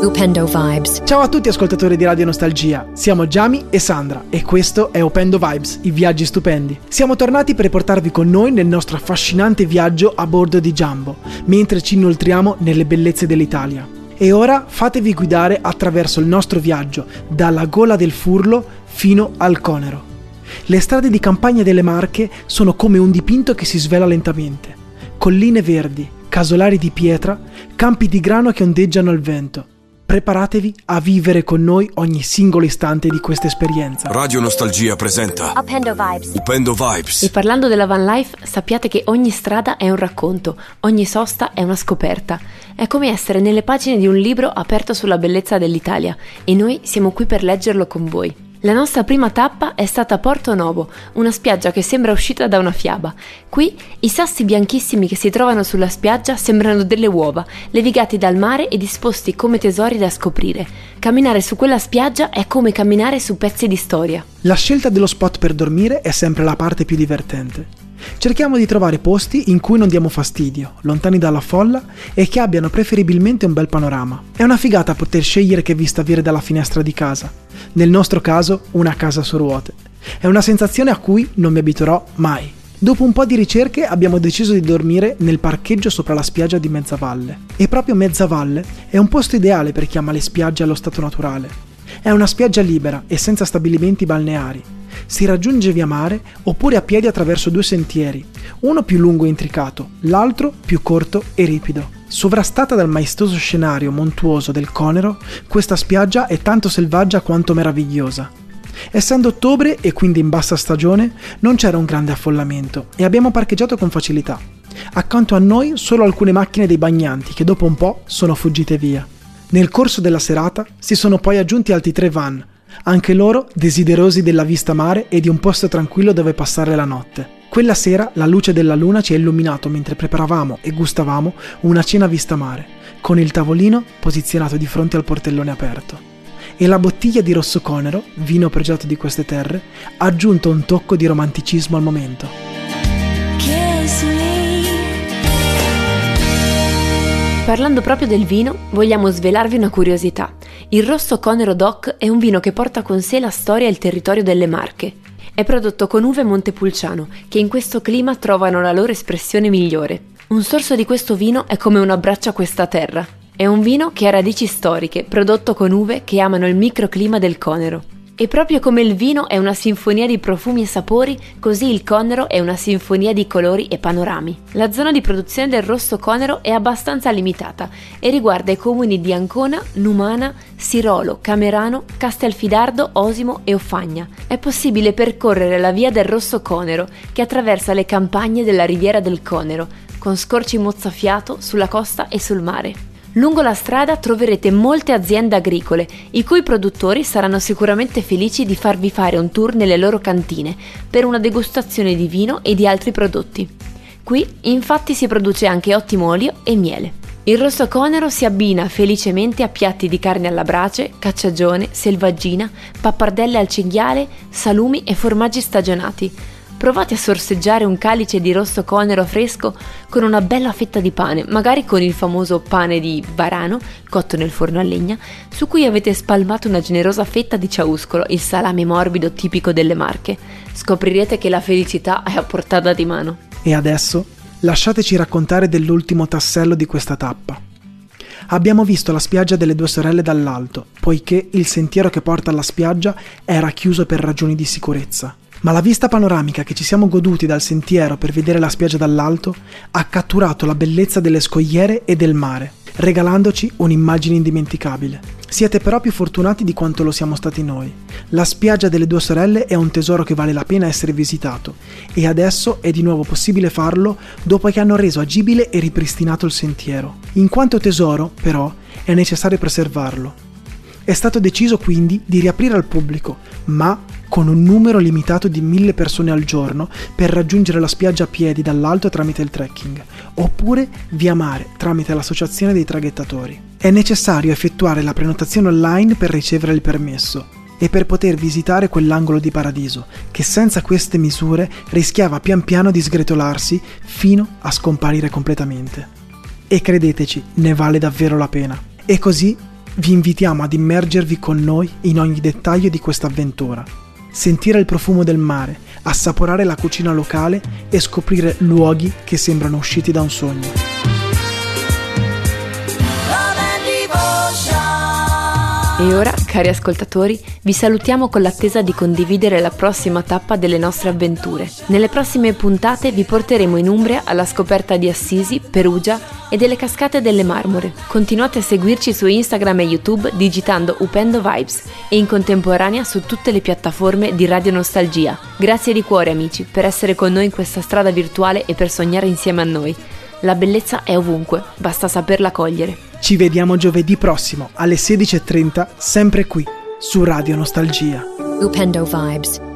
Upendo Vibes. Ciao a tutti ascoltatori di Radio Nostalgia, siamo Giami e Sandra e questo è Upendo Vibes, i viaggi stupendi. Siamo tornati per portarvi con noi nel nostro affascinante viaggio a bordo di Jumbo, mentre ci inoltriamo nelle bellezze dell'Italia. E ora fatevi guidare attraverso il nostro viaggio, dalla Gola del Furlo fino al Conero. Le strade di campagna delle Marche sono come un dipinto che si svela lentamente. Colline verdi, casolari di pietra, campi di grano che ondeggiano al vento. Preparatevi a vivere con noi ogni singolo istante di questa esperienza. Radio Nostalgia presenta Upendo Vibes. Upendo Vibes. E parlando della van life, sappiate che ogni strada è un racconto, ogni sosta è una scoperta. È come essere nelle pagine di un libro aperto sulla bellezza dell'Italia e noi siamo qui per leggerlo con voi. La nostra prima tappa è stata Porto Novo, una spiaggia che sembra uscita da una fiaba. Qui i sassi bianchissimi che si trovano sulla spiaggia sembrano delle uova, levigati dal mare e disposti come tesori da scoprire. Camminare su quella spiaggia è come camminare su pezzi di storia. La scelta dello spot per dormire è sempre la parte più divertente. Cerchiamo di trovare posti in cui non diamo fastidio, lontani dalla folla e che abbiano preferibilmente un bel panorama. È una figata poter scegliere che vista avere dalla finestra di casa. Nel nostro caso, una casa su ruote. È una sensazione a cui non mi abituerò mai. Dopo un po' di ricerche abbiamo deciso di dormire nel parcheggio sopra la spiaggia di Mezzavalle. E proprio Mezzavalle è un posto ideale per chi ama le spiagge allo stato naturale. È una spiaggia libera e senza stabilimenti balneari. Si raggiunge via mare oppure a piedi attraverso due sentieri, uno più lungo e intricato, l'altro più corto e ripido. Sovrastata dal maestoso scenario montuoso del Conero, questa spiaggia è tanto selvaggia quanto meravigliosa. Essendo ottobre e quindi in bassa stagione, non c'era un grande affollamento e abbiamo parcheggiato con facilità. Accanto a noi solo alcune macchine dei bagnanti che dopo un po' sono fuggite via. Nel corso della serata si sono poi aggiunti altri 3 van, anche loro desiderosi della vista mare e di un posto tranquillo dove passare la notte. Quella sera la luce della luna ci ha illuminato mentre preparavamo e gustavamo una cena vista mare, con il tavolino posizionato di fronte al portellone aperto. E la bottiglia di Rosso Conero, vino pregiato di queste terre, ha aggiunto un tocco di romanticismo al momento. Parlando proprio del vino, vogliamo svelarvi una curiosità. Il Rosso Conero DOC è un vino che porta con sé la storia e il territorio delle Marche. È prodotto con uve Montepulciano, che in questo clima trovano la loro espressione migliore. Un sorso di questo vino è come un abbraccio a questa terra. È un vino che ha radici storiche, prodotto con uve che amano il microclima del Conero. E proprio come il vino è una sinfonia di profumi e sapori, così il Conero è una sinfonia di colori e panorami. La zona di produzione del Rosso Conero è abbastanza limitata e riguarda i comuni di Ancona, Numana, Sirolo, Camerano, Castelfidardo, Osimo e Offagna. È possibile percorrere la via del Rosso Conero che attraversa le campagne della riviera del Conero, con scorci mozzafiato sulla costa e sul mare. Lungo la strada troverete molte aziende agricole, i cui produttori saranno sicuramente felici di farvi fare un tour nelle loro cantine per una degustazione di vino e di altri prodotti. Qui infatti si produce anche ottimo olio e miele. Il Rosso Conero si abbina felicemente a piatti di carne alla brace, cacciagione, selvaggina, pappardelle al cinghiale, salumi e formaggi stagionati. Provate a sorseggiare un calice di Rosso Conero fresco con una bella fetta di pane, magari con il famoso pane di Varano, cotto nel forno a legna, su cui avete spalmato una generosa fetta di ciauscolo, il salame morbido tipico delle Marche. Scoprirete che la felicità è a portata di mano. E adesso lasciateci raccontare dell'ultimo tassello di questa tappa. Abbiamo visto la spiaggia delle Due Sorelle dall'alto, poiché il sentiero che porta alla spiaggia era chiuso per ragioni di sicurezza. Ma la vista panoramica che ci siamo goduti dal sentiero per vedere la spiaggia dall'alto ha catturato la bellezza delle scogliere e del mare, regalandoci un'immagine indimenticabile. Siete però più fortunati di quanto lo siamo stati noi. La spiaggia delle Due Sorelle è un tesoro che vale la pena essere visitato e adesso è di nuovo possibile farlo dopo che hanno reso agibile e ripristinato il sentiero. In quanto tesoro, però, è necessario preservarlo. È stato deciso quindi di riaprire al pubblico, ma con un numero limitato di 1000 persone al giorno per raggiungere la spiaggia a piedi dall'alto tramite il trekking, oppure via mare tramite l'associazione dei traghettatori. È necessario effettuare la prenotazione online per ricevere il permesso e per poter visitare quell'angolo di paradiso che senza queste misure rischiava pian piano di sgretolarsi fino a scomparire completamente. E credeteci, ne vale davvero la pena. E così Vi invitiamo ad immergervi con noi in ogni dettaglio di questa avventura, sentire il profumo del mare, assaporare la cucina locale e scoprire luoghi che sembrano usciti da un sogno. E ora, cari ascoltatori, vi salutiamo con l'attesa di condividere la prossima tappa delle nostre avventure. Nelle prossime puntate vi porteremo in Umbria alla scoperta di Assisi, Perugia e delle cascate delle Marmore. Continuate a seguirci su Instagram e YouTube digitando Upendo Vibes e in contemporanea su tutte le piattaforme di Radio Nostalgia. Grazie di cuore amici per essere con noi in questa strada virtuale e per sognare insieme a noi. La bellezza è ovunque, basta saperla cogliere. Ci vediamo giovedì prossimo alle 16:30, sempre qui, su Radio Nostalgia. Upendo Vibes.